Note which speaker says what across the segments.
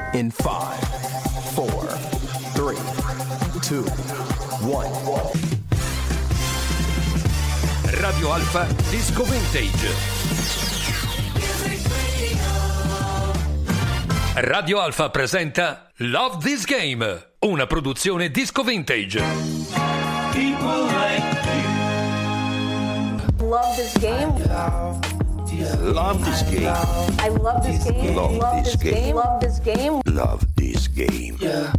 Speaker 1: In 5, 4, 3, 2, 1.
Speaker 2: Radio Alfa Disco Vintage. Radio Alfa presenta Love This Game, una produzione Disco Vintage.
Speaker 3: People like you.
Speaker 4: Love this game.
Speaker 3: Love this game.
Speaker 4: I love this game.
Speaker 3: Love this game.
Speaker 4: Love this game.
Speaker 3: Love this game.
Speaker 4: Yeah.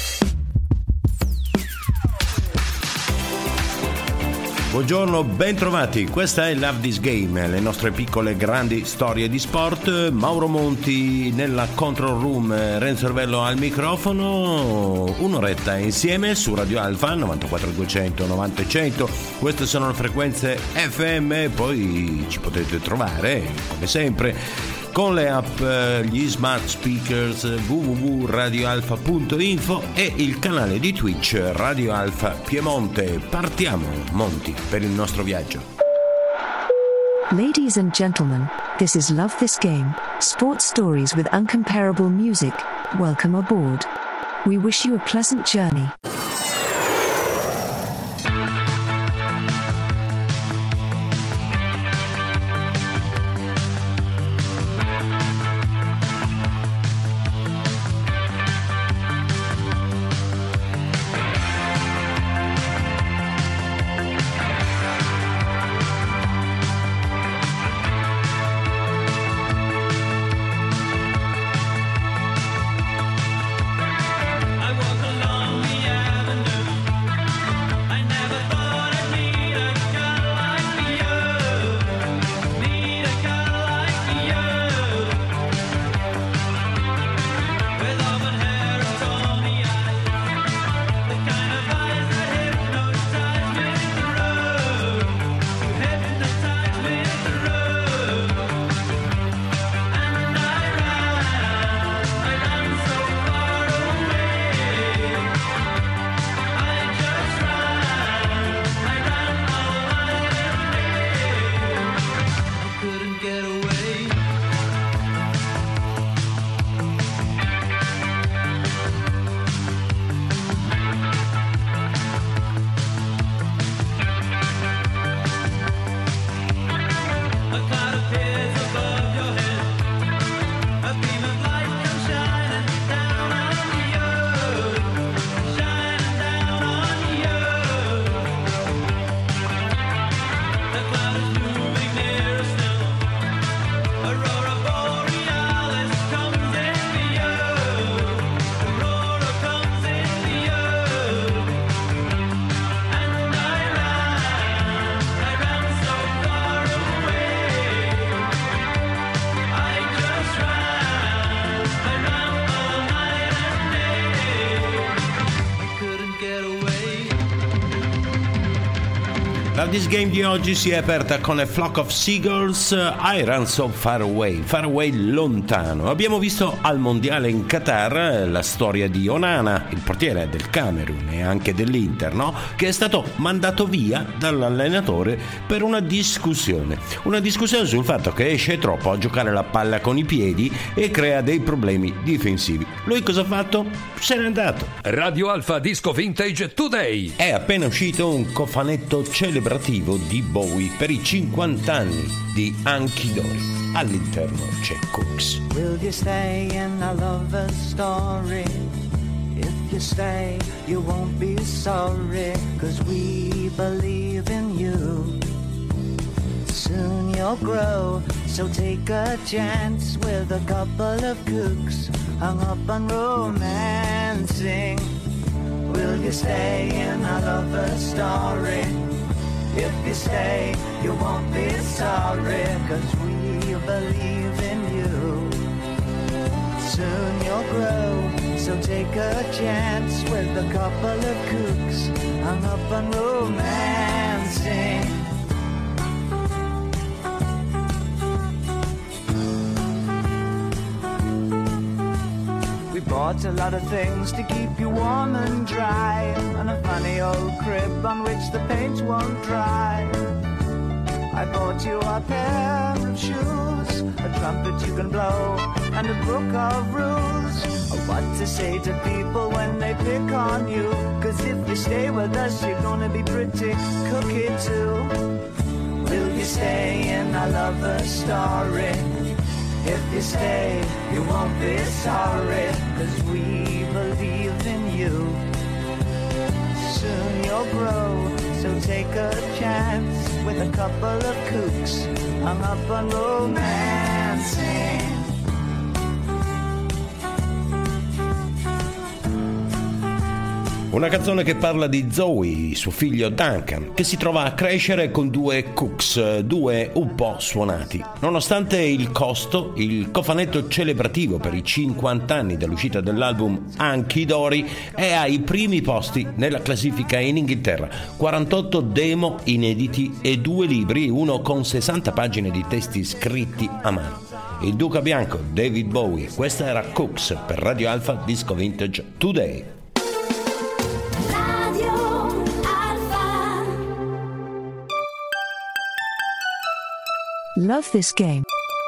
Speaker 5: Buongiorno, bentrovati, questa è Love This Game, le nostre piccole grandi storie di sport. Mauro Monti nella control room, Renzo Ervello al microfono, un'oretta insieme su Radio Alfa 94.200, 90.100. Queste sono le frequenze FM, poi ci potete trovare come sempre con le app, gli smart speakers, www.radioalfa.info e il canale di Twitch Radio Alfa Piemonte. Partiamo, Monti, per il nostro viaggio.
Speaker 6: Ladies and gentlemen, this is Love This Game, sports stories with uncomparable music. Welcome aboard. We wish you a pleasant journey.
Speaker 5: This Game di oggi si è aperta con A Flock of Seagulls, I Run So Far Away, Far Away lontano. Abbiamo visto al mondiale in Qatar la storia di Onana, il portiere del Camerun e anche dell'Inter, no? Che è stato mandato via dall'allenatore per una discussione sul fatto che esce troppo a giocare la palla con i piedi e crea dei problemi difensivi. Lui cosa ha fatto? Se n'è andato.
Speaker 2: Radio Alfa Disco Vintage Today.
Speaker 5: È appena uscito un cofanetto celebrativo di Bowie per i 50 anni di Hanky Dory. All'interno c'è Cooks.
Speaker 7: Will you stay in a lover's story? If you stay, you won't be sorry, 'cause we believe in you. Soon you'll grow, so take a chance with a couple of cooks hung up on romancing. Will you stay in a lover's story? If you stay, you won't be sorry, 'cause we believe in you. Soon you'll grow, so take a chance with a couple of cooks hung up on romancing. We bought a lot of things to keep you warm and dry, and a funny old crib on which the paint won't dry. I bought you a pair of shoes, a trumpet you can blow, and a book of rules. what to say to people when they pick on you. 'Cause if you stay with us, you're gonna be pretty cookie too. Will you stay in our lover story? If you stay, you won't be sorry, 'cause we believe in you. Soon you'll grow, so take a chance with a couple of kooks hung up on romancing.
Speaker 5: Una canzone che parla di Zoe, suo figlio Duncan, che si trova a crescere con due cooks, due un po' suonati. Nonostante il costo, il cofanetto celebrativo per i 50 anni dall'uscita dell'album Hunky Dory è ai primi posti nella classifica in Inghilterra. 48 demo inediti e 2 libri, uno con 60 pagine di testi scritti a mano. Il Duca Bianco, David Bowie, questa era Cooks per Radio Alpha Disco Vintage Today.
Speaker 6: Love This Game.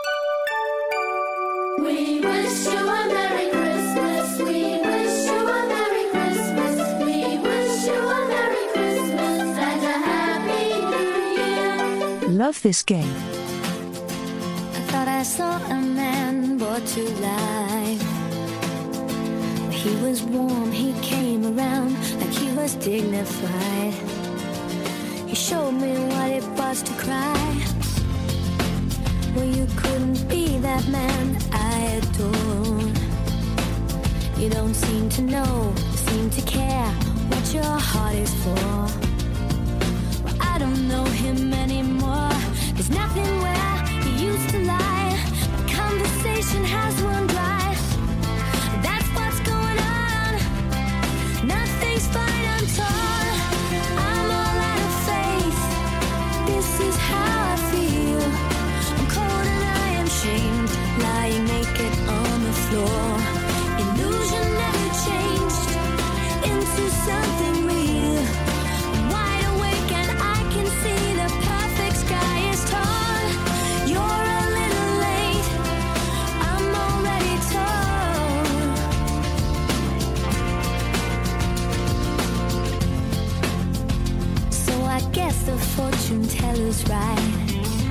Speaker 8: We wish you a Merry Christmas. We wish you a Merry Christmas. We wish you a Merry Christmas and a Happy New Year.
Speaker 6: Love This Game.
Speaker 8: I thought I saw a man brought to life. He was warm, he came around like he was dignified. He showed me what it was to cry. Well, you couldn't be that man I adore. You don't seem to know, seem to care what your heart is for. Well, I don't know him anymore. There's nothing where he used to lie. The conversation has run dry. That's what's going on. Nothing's fine, I'm torn. I'm all out of faith. This is how I feel. Shamed, lying naked on the floor. Illusion never changed into something real. I'm wide awake and I can see the perfect sky is torn. You're a little late, I'm already torn. So I guess the fortune teller's right.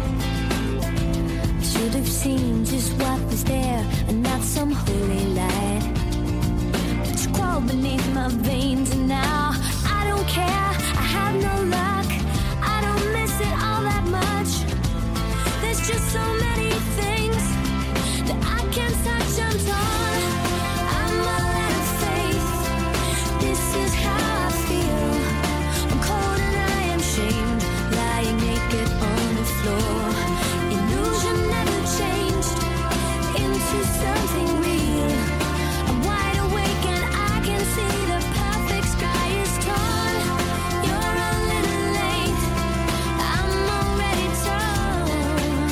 Speaker 8: Should have seen just what was there and not some holy light. But you crawl beneath my veins and now I don't care, I have no luck. I don't miss it all that much. There's just so many things that I can't touch, I'm torn. I'm all out of faith. This is how I feel. I'm cold and I am shamed, lying naked on the floor. Illusion never changed into something real. I'm wide awake and I can see the perfect sky is torn. You're a little late, I'm already torn.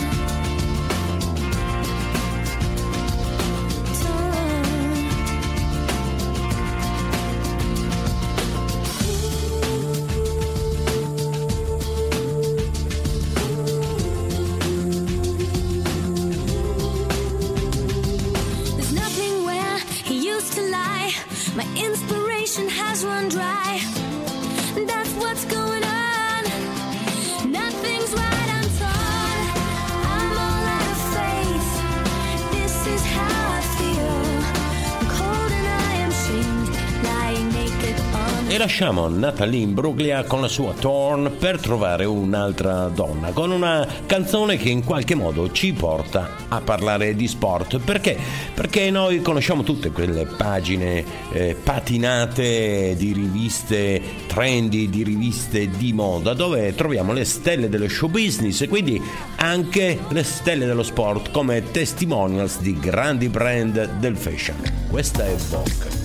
Speaker 8: There's nothing where he used to lie. My inspiration has run dry. That's what's going on. Nothing's right, I'm torn. I'm all out of faith. This is how I feel. I'm cold and I am shamed, lying naked on.
Speaker 5: E lasciamo Natalie Imbruglia con la sua Torn per trovare un'altra donna, con una canzone che in qualche modo ci porta a parlare di sport. Perché? Perché noi conosciamo tutte quelle pagine patinate di riviste trendy, di riviste di moda, dove troviamo le stelle dello show business e quindi anche le stelle dello sport come testimonials di grandi brand del fashion. Questa è Vogue.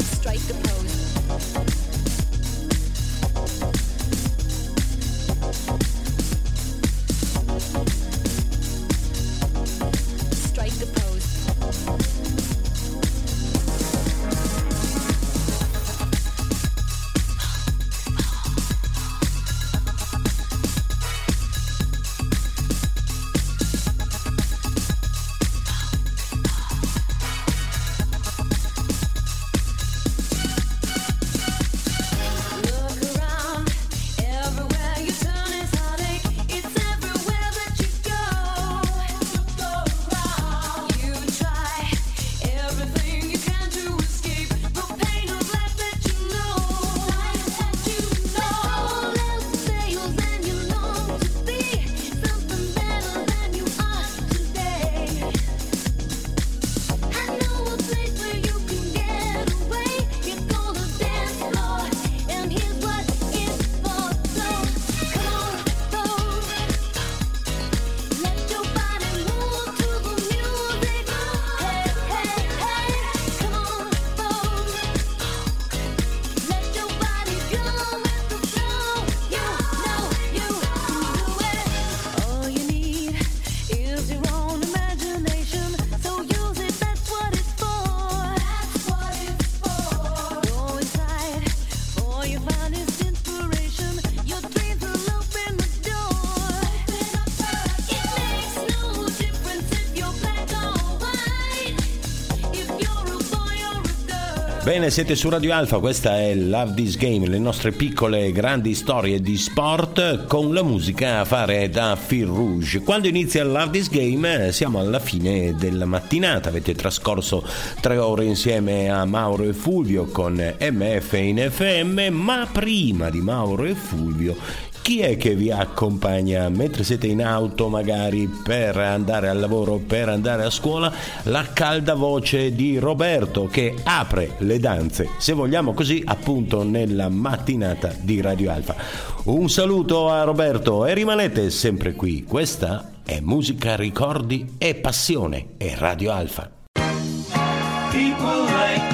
Speaker 5: Bene, siete su Radio Alfa, questa è Love This Game, le nostre piccole e grandi storie di sport con la musica a fare da fil rouge. Quando inizia Love This Game siamo alla fine della mattinata, avete trascorso 3 ore insieme a Mauro e Fulvio con MF in FM, ma prima di Mauro e Fulvio chi è che vi accompagna mentre siete in auto, magari per andare al lavoro, per andare a scuola? La calda voce di Roberto che apre le danze, se vogliamo così, appunto nella mattinata di Radio Alfa. Un saluto a Roberto e rimanete sempre qui. Questa è musica, ricordi e passione. È Radio Alfa.
Speaker 3: People like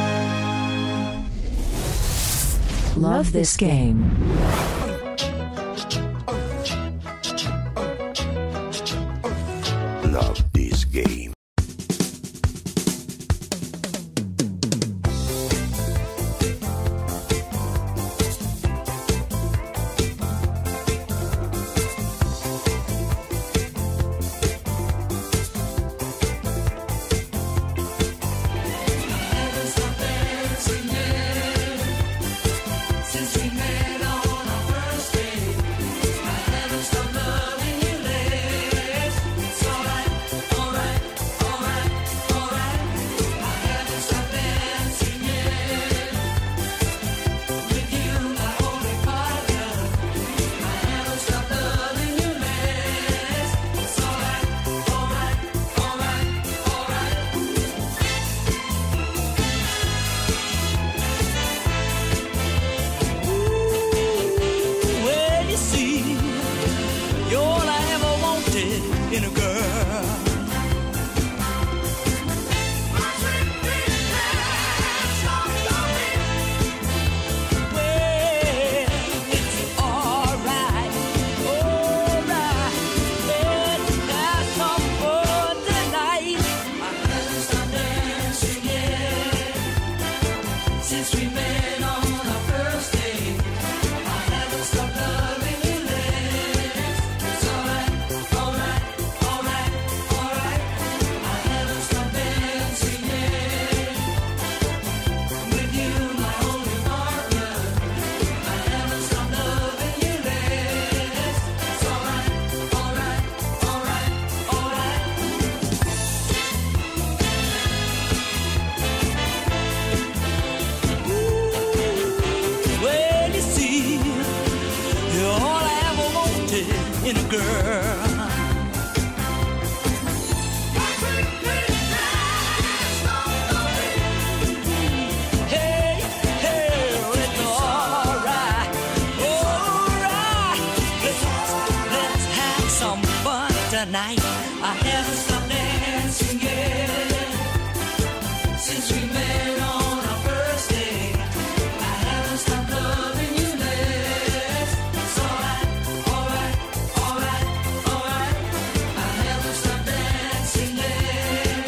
Speaker 3: you.
Speaker 6: Love This Game.
Speaker 3: Love this game.
Speaker 7: Tonight I haven't stopped dancing yet since we met on our first date. I haven't stopped loving you less. It's alright, alright, alright, alright. I haven't stopped dancing yet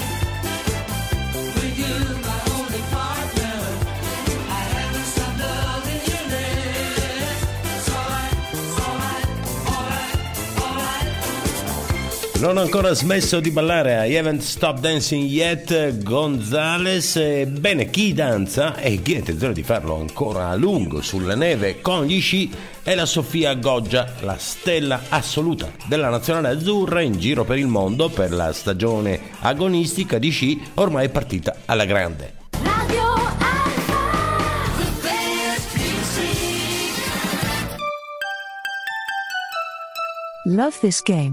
Speaker 7: with you, my only partner. I haven't stopped loving you less. It's alright, alright, alright, alright.
Speaker 5: Non ho ancora smesso di ballare, I haven't stopped dancing yet, Gonzales. Bene, chi danza e chi ha intenzione di farlo ancora a lungo sulla neve con gli sci è la Sofia Goggia, la stella assoluta della nazionale azzurra in giro per il mondo per la stagione agonistica di sci ormai partita alla grande.
Speaker 8: Radio Alfa, the best music.
Speaker 6: Love This Game.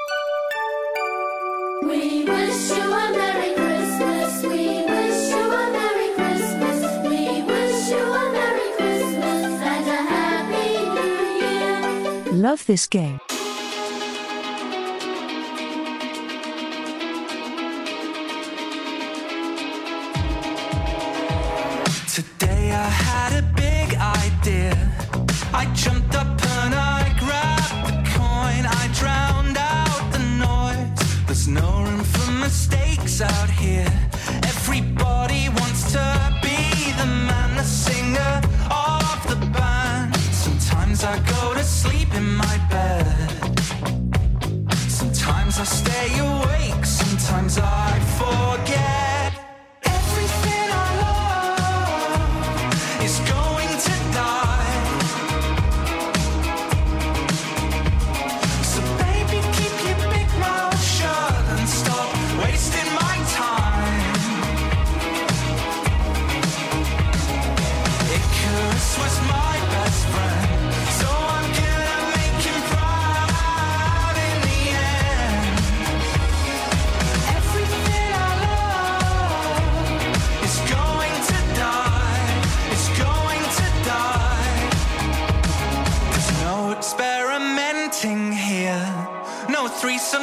Speaker 8: We wish you a Merry Christmas. We wish you a Merry Christmas. We wish you a Merry Christmas and a Happy New Year.
Speaker 6: Love This Game.
Speaker 7: Today I had a big idea. I jumped up and I grabbed the coin. I drowned out the noise. There's no room for mistakes out here. Everybody wants to be the man, the singer of the band. Sometimes I go to sleep in my bed. Sometimes I stay awake. Sometimes I forget everything I love.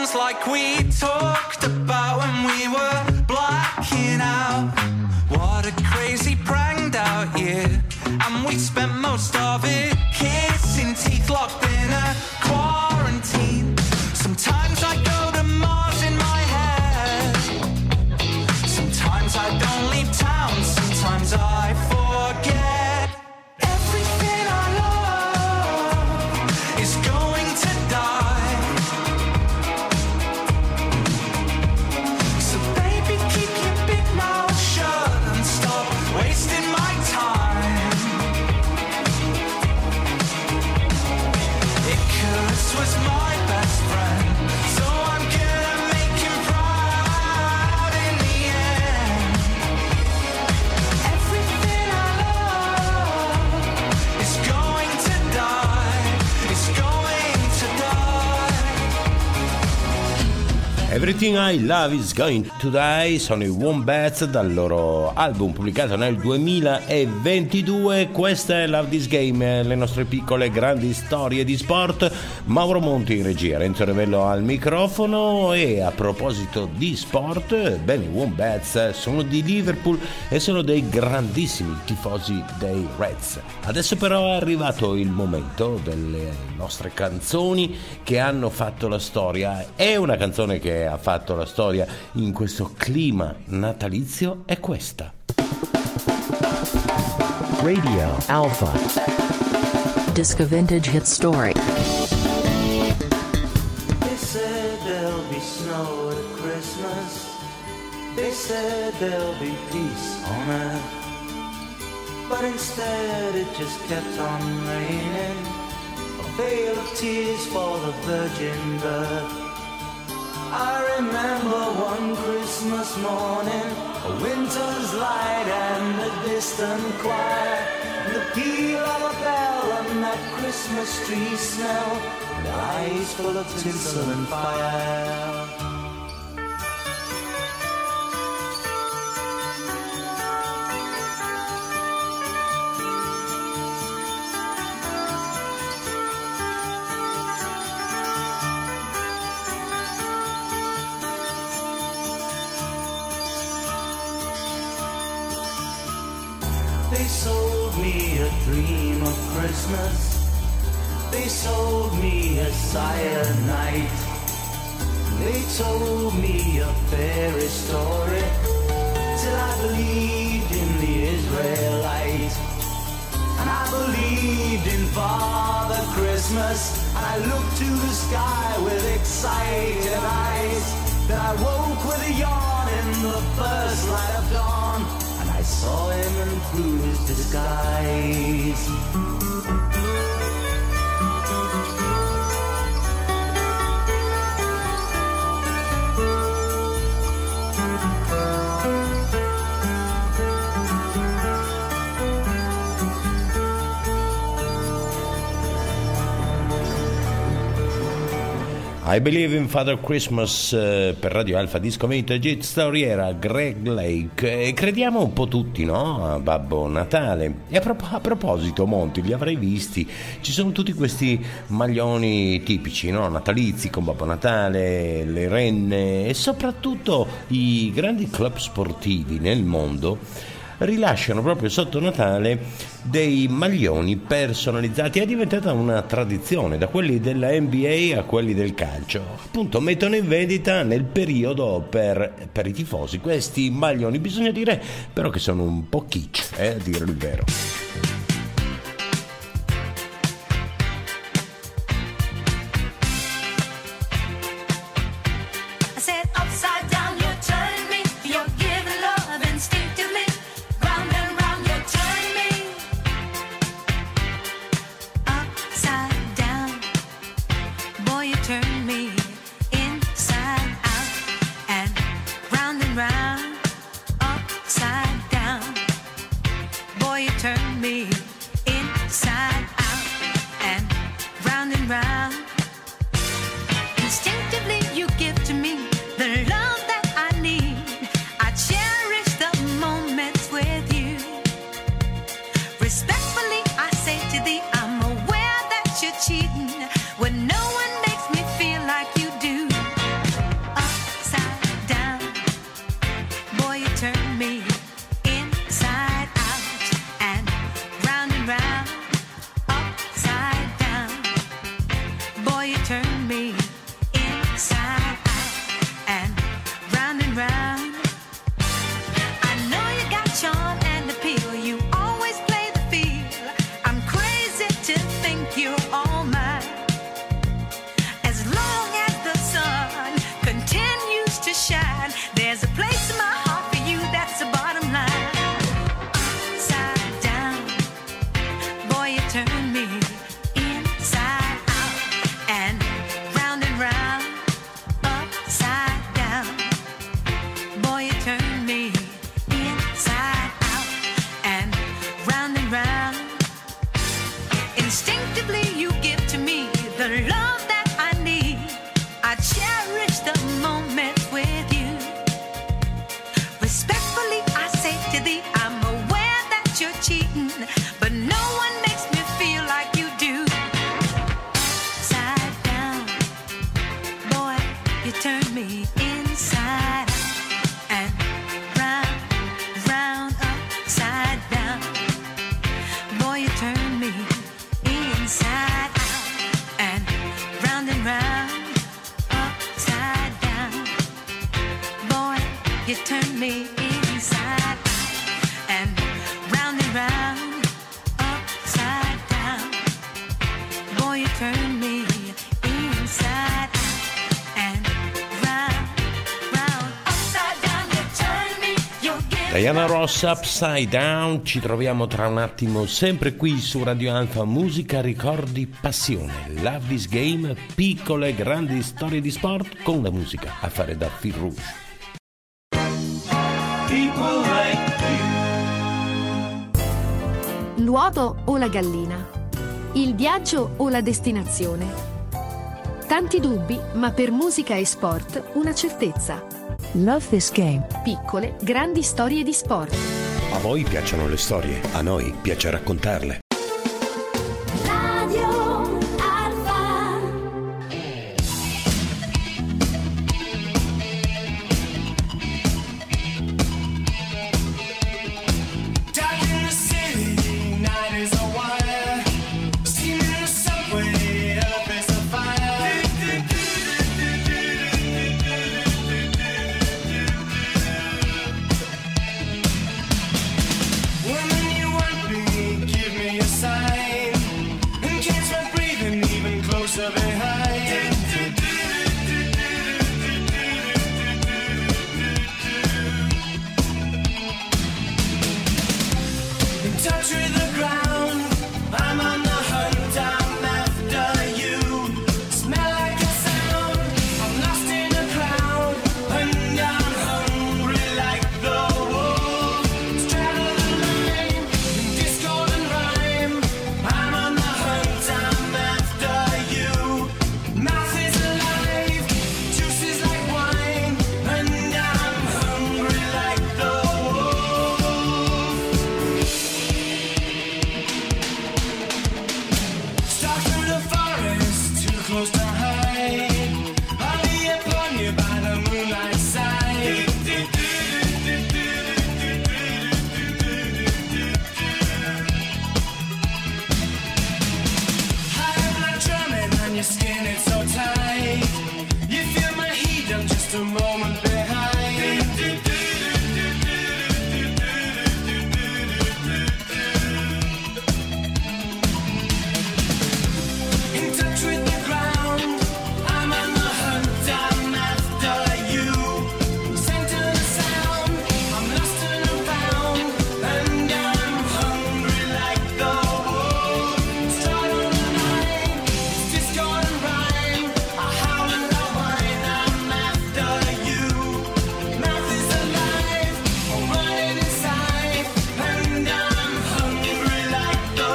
Speaker 9: times like we talked about when we were blacking out. What a crazy pranged out year. And we spent most of it kissing, teeth locked in a quarantine. Sometimes I go to Mars in my head. Sometimes I don't leave town. Sometimes I forget. Everything I love is going to die. So baby, keep your big mouth shut and stop wasting my time. Icarus was my best friend, so I'm gonna make him proud in the end. Everything I love is going to die, is going to die.
Speaker 5: Everything I Love Is Going to Die sono i Wombats dal loro album pubblicato nel 2022. Questa è Love This Game, le nostre piccole grandi storie di sport. Mauro Monti in regia, Renzo Revello al microfono. E a proposito di sport, bene, i Wombats sono di Liverpool e sono dei grandissimi tifosi dei Reds. Adesso però è arrivato il momento delle nostre canzoni che hanno fatto la storia. È una canzone che ha fatto la storia in questo clima natalizio, è questa.
Speaker 10: Radio Alpha Disco Vintage Hit Story.
Speaker 7: They said there'll be snow at Christmas. They said there'll be peace on earth. But instead it just kept on raining. A veil of tears for the virgin birth. I remember one Christmas morning, a winter's light and a distant choir, and the peal of a bell and that Christmas tree smell, and eyes full of tinsel and fire. They sold me a dream of Christmas. They sold me a cyanide. They told me a fairy story till I believed in the Israelite. And I believed in Father Christmas. I looked to the sky with excited eyes. Then I woke with a yawn in the first light of dawn. I saw him and through his disguise.
Speaker 5: I Believe in Father Christmas per Radio Alpha Disco Vintage Hit Story era Greg Lake e crediamo un po' tutti, no? A Babbo Natale. E a proposito, Monti, li avrei visti, ci sono tutti questi maglioni tipici, no? Natalizi con Babbo Natale, le renne e soprattutto i grandi club sportivi nel mondo rilasciano proprio sotto Natale dei maglioni personalizzati. È diventata una tradizione, da quelli della NBA a quelli del calcio. Appunto, mettono in vendita nel periodo per i tifosi questi maglioni. Bisogna dire però che sono un po' kitsch, a dire il vero.
Speaker 8: Turn me
Speaker 5: Diana Ross, Upside Down. Ci troviamo tra un attimo sempre qui su Radio Alfa. Musica, ricordi, passione. Love This Game, piccole e grandi storie di sport con la musica a fare da fil rouge.
Speaker 11: L'uovo o la gallina? Il viaggio o la destinazione? Tanti dubbi, ma per musica e sport una certezza.
Speaker 6: Love This Game.
Speaker 11: Piccole, grandi storie di sport.
Speaker 3: A voi piacciono le storie, a noi piace raccontarle.
Speaker 8: Radio Alfa.
Speaker 9: Dark in the city, night is a wire. Steam in the subway, earth is a fire. Woman, you want me, give me a sign. And catch my breathing even closer behind. In touch with the ground, I'm on the hunt, I'm after you. Smell like a sound, I'm lost in a crowd, and I'm hungry like the wolf. Straddle the line, discord and rhyme. I'm on the hunt, I'm after you. Mouth is alive, juice is like wine, and I'm hungry like the wolf. Stalk through the forest, too close to hide. I'll be upon you by the moonlight side. High blood drumming on your skin, it's so tight. You feel my heat, I'm just a moment behind. In touch with the ground, I'm on the hunt, I'm after you. Center the sound, I'm lost and I'm found, and I'm hungry like the wolf. Start on the line, it's discord and rhyme. I howl and I whine, I'm after you. Mouth is alive, I'm running inside, and I'm hungry like the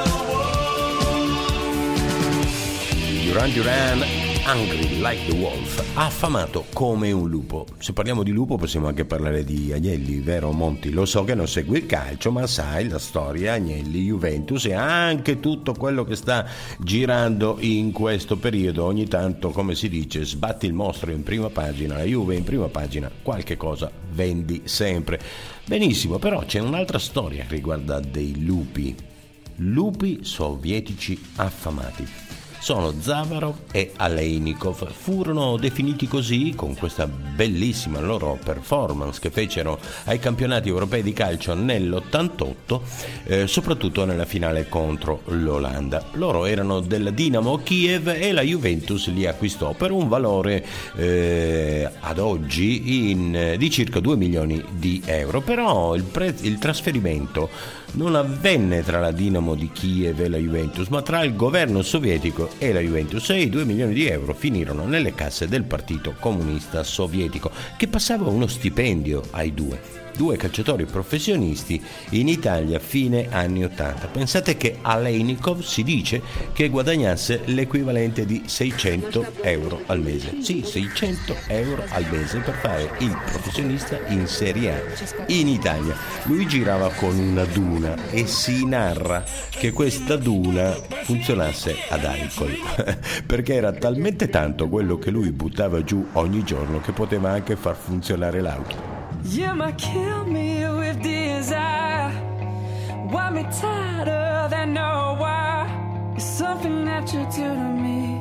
Speaker 9: wolf.
Speaker 5: Duran Duran, Hungry Like the Wolf, affamato come un lupo. Se parliamo di lupo possiamo anche parlare di Agnelli, vero Monti? Lo so che non segui il calcio, ma sai la storia Agnelli, Juventus e anche tutto quello che sta girando in questo periodo. Ogni tanto, come si dice, sbatti il mostro in prima pagina, la Juve in prima pagina, qualche cosa vendi sempre. Benissimo, però c'è un'altra storia che riguarda dei lupi sovietici affamati. Sono Zavarov e Aleinikov, furono definiti così con questa bellissima loro performance che fecero ai campionati europei di calcio nell'88, soprattutto nella finale contro l'Olanda. Loro erano della Dinamo Kiev e la Juventus li acquistò per un valore ad oggi di circa 2 milioni di euro, però il trasferimento non avvenne tra la Dinamo di Kiev e la Juventus, ma tra il governo sovietico e la Juventus, e i 2 milioni di euro finirono nelle casse del Partito Comunista Sovietico, che passava uno stipendio ai due calciatori professionisti in Italia fine anni 80. Pensate che Aleinikov si dice che guadagnasse l'equivalente di 600 euro al mese. Sì, 600 euro al mese per fare il professionista in Serie A in Italia. Lui girava con una duna e si narra che questa duna funzionasse ad alcol perché era talmente tanto quello che lui buttava giù ogni giorno che poteva anche far funzionare l'auto.
Speaker 12: You might kill me with desire. Want me tighter than no wire. It's something that you do to me.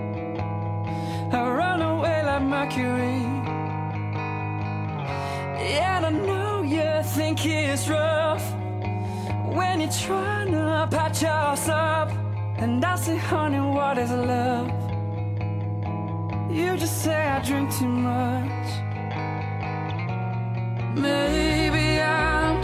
Speaker 12: I run away like Mercury. And I know you think it's rough when you're trying to patch us up. And I say, honey, what is love? You just say I drink too much. Maybe I'm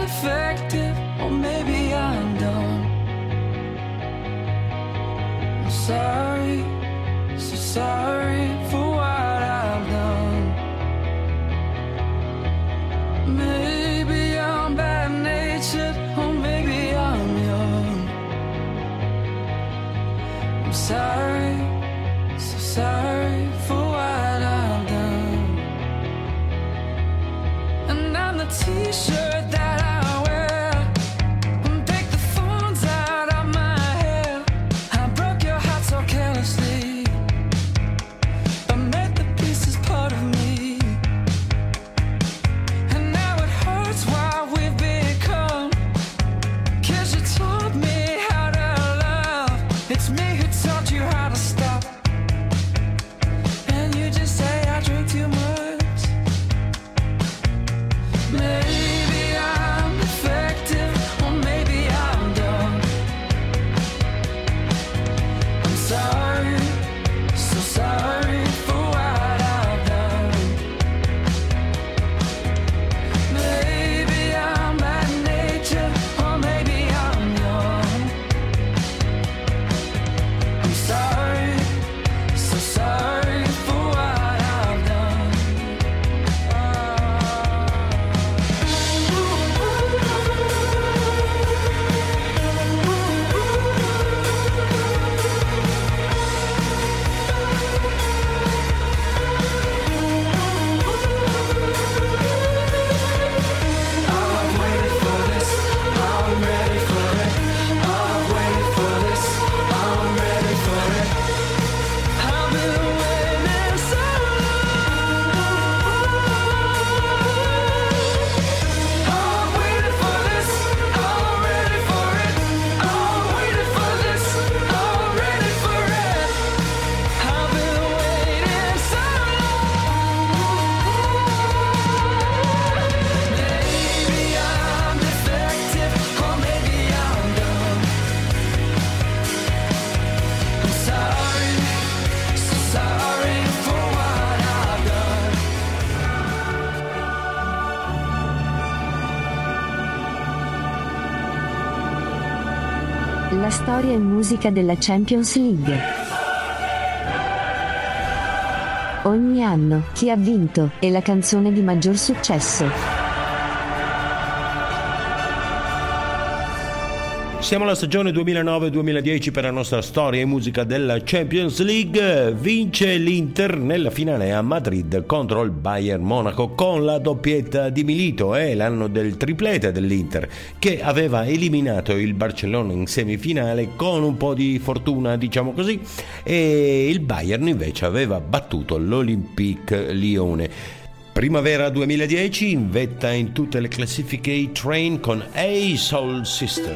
Speaker 6: La storia e musica della Champions League. Ogni anno, chi ha vinto, e la canzone di maggior successo.
Speaker 5: Siamo alla stagione 2009-2010 per la nostra storia e musica della Champions League. Vince l'Inter nella finale a Madrid contro il Bayern Monaco con la doppietta di Milito. È l'anno del triplete dell'Inter, che aveva eliminato il Barcellona in semifinale con un po' di fortuna, diciamo così, e il Bayern invece aveva battuto l'Olympique Lione. Primavera 2010 in vetta in tutte le classifiche A-Train con Hey Soul Sister.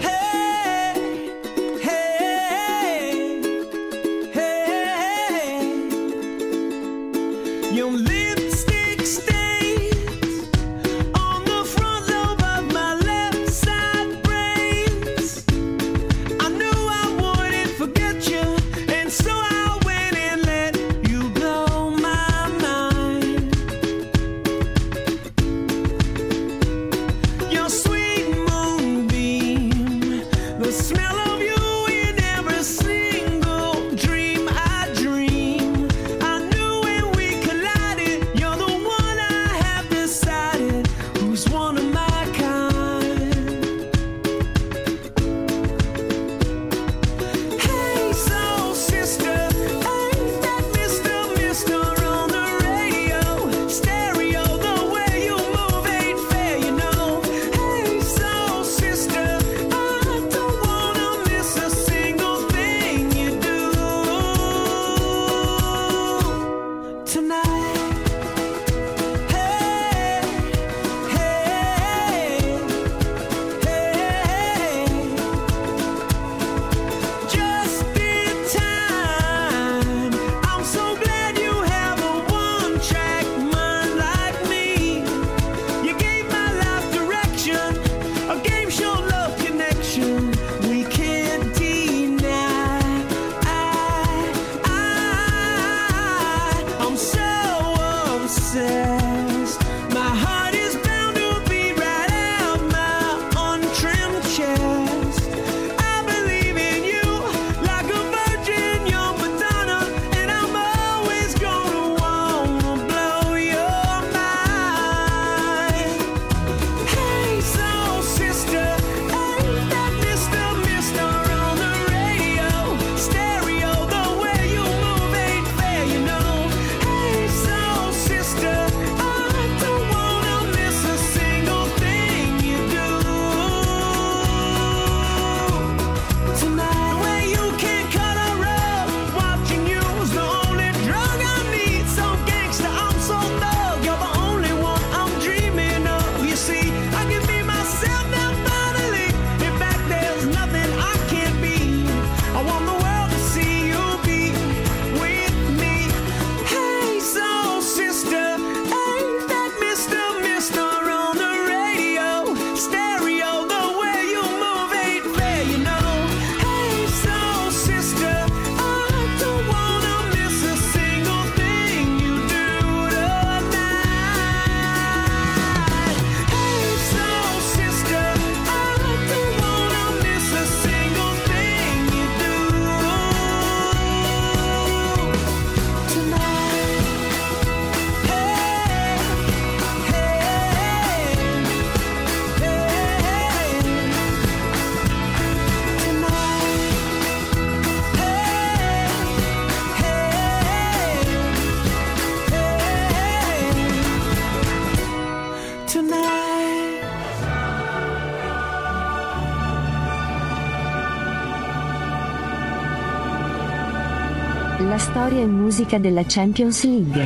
Speaker 6: La storia e musica della Champions League.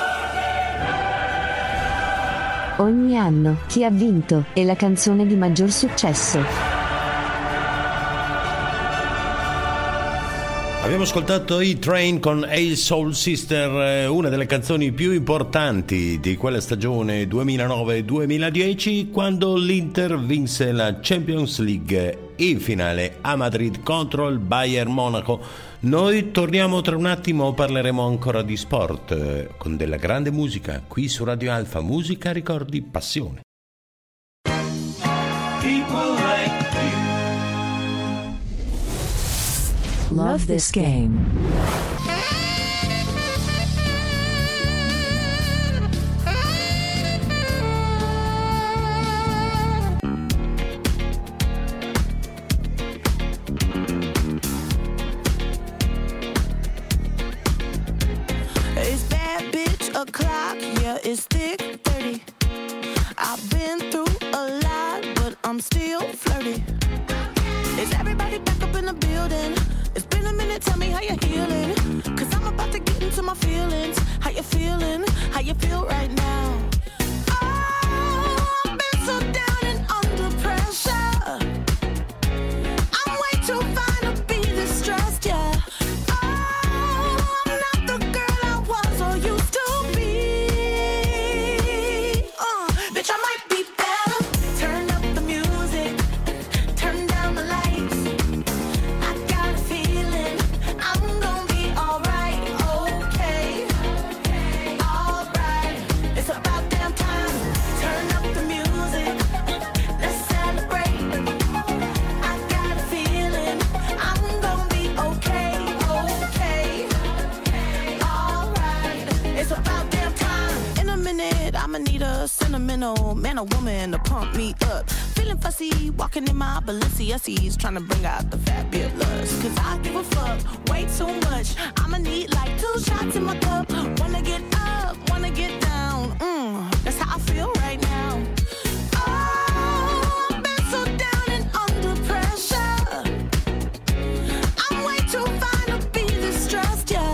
Speaker 6: Ogni anno, chi ha vinto, e la canzone di maggior successo.
Speaker 5: Abbiamo ascoltato E-Train con Hey Soul Sister, una delle canzoni più importanti di quella stagione 2009-2010, quando l'Inter vinse la Champions League in finale a Madrid contro il Bayern Monaco. Noi torniamo tra un attimo, parleremo ancora di sport con della grande musica qui su Radio Alfa, musica, ricordi, passione.
Speaker 10: Love this game.
Speaker 13: It's bad bitch o'clock, yeah, it's thick 30. I've been through a lot, but I'm still flirty. Is everybody back up in the building? It's been a minute, tell me how you're healing. Cause I'm about to get into my feelings. How you feeling? How you feel right now? Oh, I've been so down and under pressure. I'm way too fine to be distressed, yeah. Bitch, I might be better. Turn up the music, turn down the lights. I got a feeling I'm gonna be alright, okay, alright. It's about damn time. Turn up the music, let's celebrate. I got a feeling I'm gonna be okay, alright. It's about damn time. In a minute, I'ma need a sentimental man or woman to pump me up. Feeling fussy, walking in my Balenciennes, trying to bring out the fat bit lust. Cause I give a fuck way too much. I'ma need like 2 shots in my cup. Wanna get up, wanna get down. That's how I feel right now. Oh, I've been so down and under pressure. I'm way too fine to be distressed, yeah.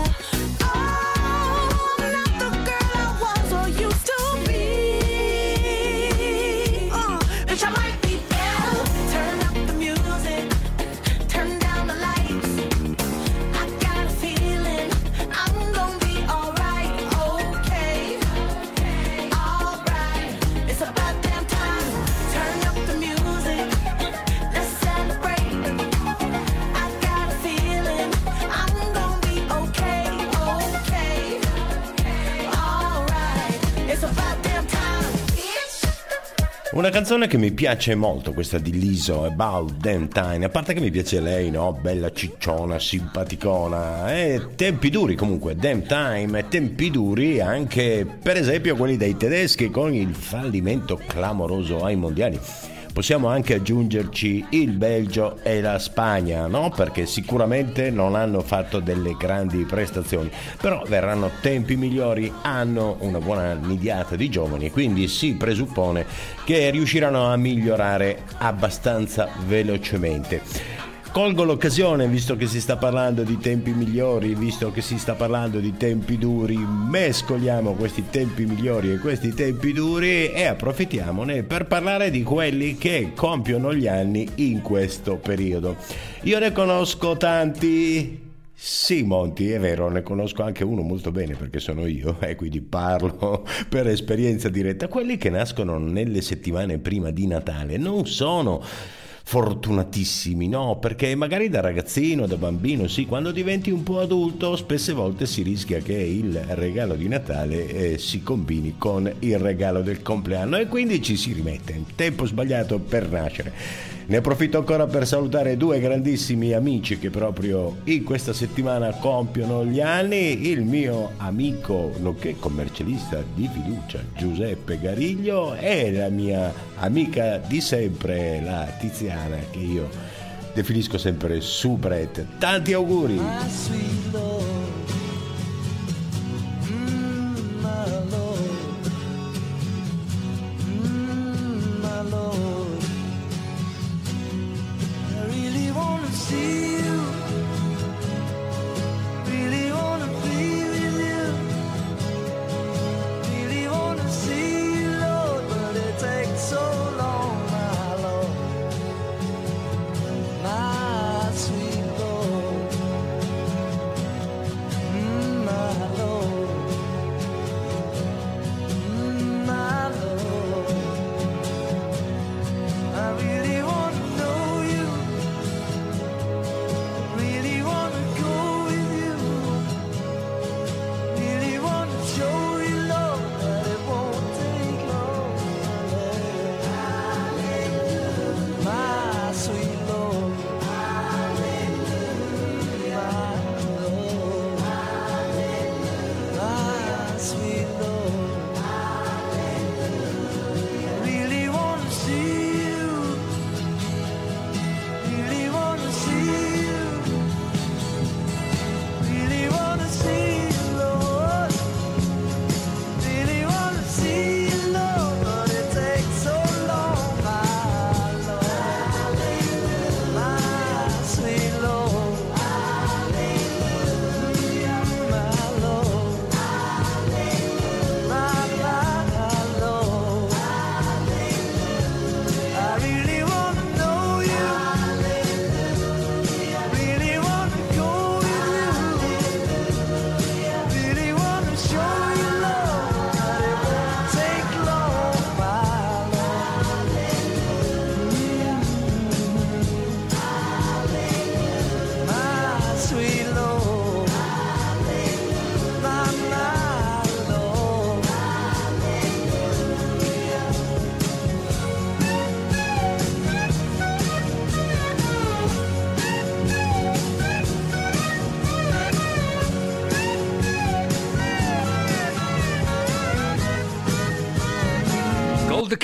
Speaker 5: Una canzone che mi piace molto, questa di Lizzo, About Damn Time. A parte che mi piace lei, no? Bella cicciona, simpaticona. E tempi duri comunque, Damn Time. E tempi duri anche, per esempio, quelli dei tedeschi con il fallimento clamoroso ai mondiali. Possiamo anche aggiungerci il Belgio e la Spagna, no? Perché sicuramente non hanno fatto delle grandi prestazioni, però verranno tempi migliori, hanno una buona nidiata di giovani, quindi si presuppone che riusciranno a migliorare abbastanza velocemente. Colgo l'occasione, visto che si sta parlando di tempi migliori, visto che si sta parlando di tempi duri, mescoliamo questi tempi migliori e questi tempi duri e approfittiamone per parlare di quelli che compiono gli anni in questo periodo. Io ne conosco tanti. Sì, Monti, è vero, ne conosco anche uno molto bene perché sono io e quindi parlo per esperienza diretta. Quelli che nascono nelle settimane prima di Natale non sono fortunatissimi, no? Perché magari da ragazzino, da bambino, sì, quando diventi un po' adulto, spesse volte si rischia che il regalo di Natale si combini con il regalo del compleanno e quindi ci si rimette. Tempo sbagliato per nascere. Ne approfitto ancora per salutare 2 grandissimi amici che proprio in questa settimana compiono gli anni. Il mio amico, nonché commercialista di fiducia, Giuseppe Gariglio, e la mia amica di sempre, la Tiziana, che io definisco sempre soubrette. Tanti auguri!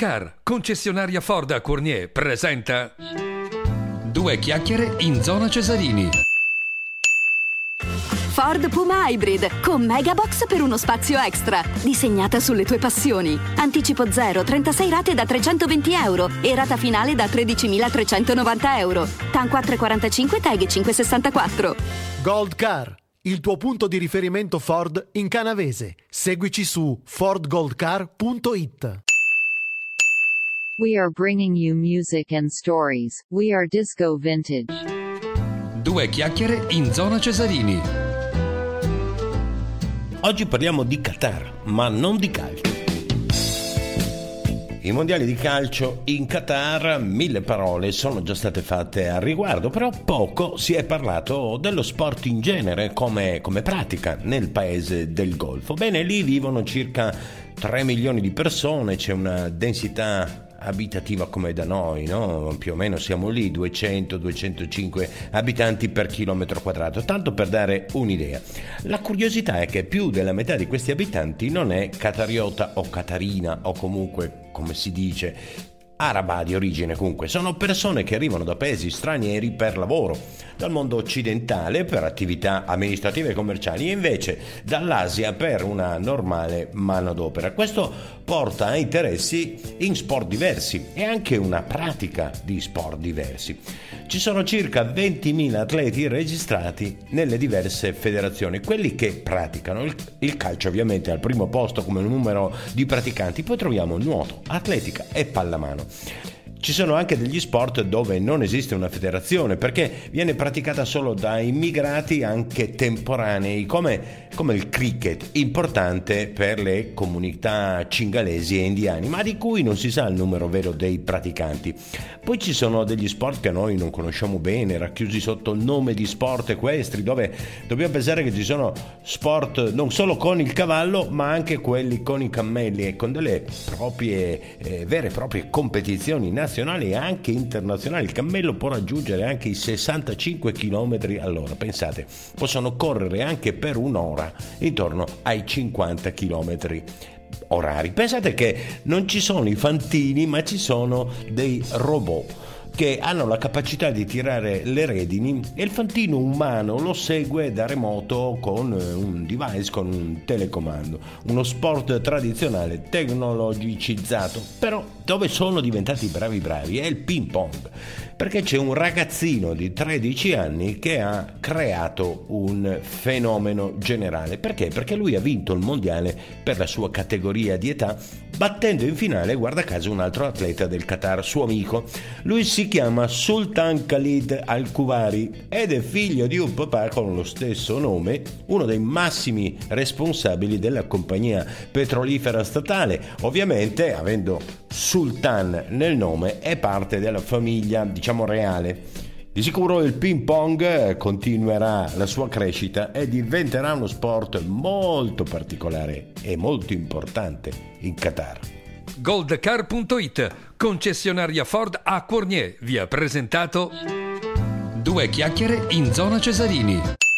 Speaker 2: Car, concessionaria Ford a Cournier, presenta Due chiacchiere in zona Cesarini.
Speaker 14: Ford Puma Hybrid con Megabox per uno spazio extra. Disegnata sulle tue passioni. Anticipo 0, 36 rate da €320 e rata finale da €13.390. TAN 445, TAG 564.
Speaker 15: Gold Car, il tuo punto di riferimento Ford in Canavese. Seguici su fordgoldcar.it.
Speaker 10: We are bringing you music and stories. We are Disco Vintage.
Speaker 2: Due chiacchiere in zona Cesarini.
Speaker 5: Oggi parliamo di Qatar, ma non di calcio. I mondiali di calcio in Qatar, 1000 parole sono già state fatte al riguardo, però poco si è parlato dello sport in genere come pratica nel paese del Golfo. Bene, lì vivono circa 3 milioni di persone, c'è una densità abitativa come da noi, no? Più o meno siamo lì, 200-205 abitanti per chilometro quadrato, tanto per dare un'idea. La curiosità è che più della metà di questi abitanti non è qatariota o qatarina o comunque, come si dice, araba di origine. Comunque sono persone che arrivano da paesi stranieri per lavoro, dal mondo occidentale per attività amministrative e commerciali e invece dall'Asia per una normale manodopera. Questo porta a interessi in sport diversi e anche una pratica di sport diversi. Ci sono circa 20.000 atleti registrati nelle diverse federazioni, quelli che praticano il calcio ovviamente al primo posto come numero di praticanti, poi troviamo nuoto, atletica e pallamano. Ci sono anche degli sport dove non esiste una federazione perché viene praticata solo da immigrati anche temporanei, come il cricket, importante per le comunità cingalesi e indiani, ma di cui non si sa il numero vero dei praticanti. Poi ci sono degli sport che noi non conosciamo bene, racchiusi sotto il nome di sport equestri, dove dobbiamo pensare che ci sono sport non solo con il cavallo, ma anche quelli con i cammelli e con delle proprie vere e proprie competizioni nazionali e anche internazionali. Il cammello può raggiungere anche i 65 km all'ora. Pensate, possono correre anche per un'ora intorno ai 50 km orari. Pensate che non ci sono i fantini, ma ci sono dei robot che hanno la capacità di tirare le redini e il fantino umano lo segue da remoto con un device, con un telecomando. Uno sport tradizionale tecnologicizzato, però dove sono diventati bravi è il ping pong, perché c'è un ragazzino di 13 anni che ha creato un fenomeno generale. Perché? Perché lui ha vinto il mondiale per la sua categoria di età, battendo in finale, guarda caso, un altro atleta del Qatar, suo amico. Lui si chiama Sultan Khalid Al-Kuwari ed è figlio di un papà con lo stesso nome, uno dei massimi responsabili della compagnia petrolifera statale. Ovviamente, avendo Sultan nel nome, è parte della famiglia, diciamo, reale. Di sicuro il ping pong continuerà la sua crescita e diventerà uno sport molto particolare e molto importante in Qatar.
Speaker 2: Goldcar.it, concessionaria Ford a Cournier, vi ha presentato Due chiacchiere in zona Cesarini.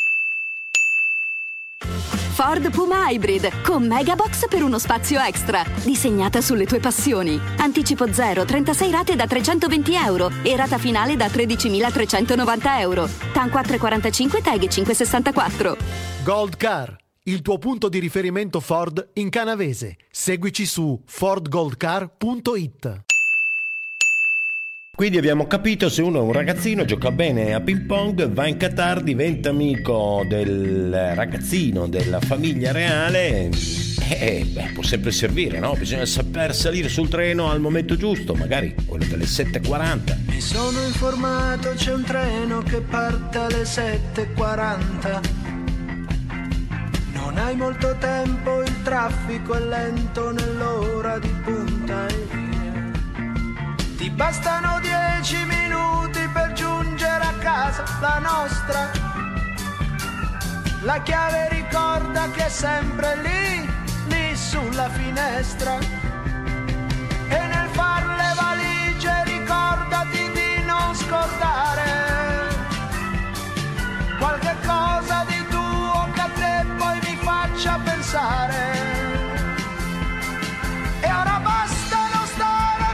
Speaker 14: Ford Puma Hybrid con Megabox per uno spazio extra. Disegnata sulle tue passioni. Anticipo 0, 36 rate da €320 e rata finale da €13.390. TAN 445, TAG 564.
Speaker 15: Gold Car, il tuo punto di riferimento Ford in Canavese. Seguici su fordgoldcar.it.
Speaker 5: Quindi abbiamo capito, se uno è un ragazzino, gioca bene a ping pong, va in Qatar, diventa amico del ragazzino della famiglia reale e può sempre servire, no? Bisogna saper salire sul treno al momento giusto, magari quello delle 7:40.
Speaker 16: Mi sono informato, c'è un treno che parte alle 7:40. Non hai molto tempo, il traffico è lento nell'ora di punta e via. Ti bastano 10 minuti per giungere a casa, la nostra. La chiave ricorda che è sempre lì, lì sulla finestra. E nel far le valigie ricordati di non scordare qualche cosa di tuo che a te poi mi faccia pensare. E ora basta non stare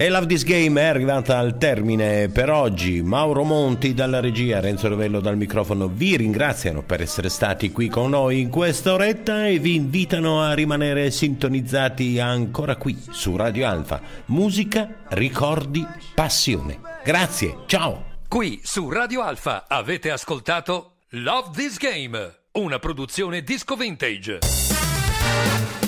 Speaker 5: E Love This Game è arrivata al termine per oggi. Mauro Monti dalla regia, Renzo Rovello dal microfono vi ringraziano per essere stati qui con noi in questa oretta e vi invitano a rimanere sintonizzati ancora qui su Radio Alfa. Musica, ricordi, passione. Grazie, ciao!
Speaker 2: Qui su Radio Alfa avete ascoltato Love This Game, una produzione Disco Vintage.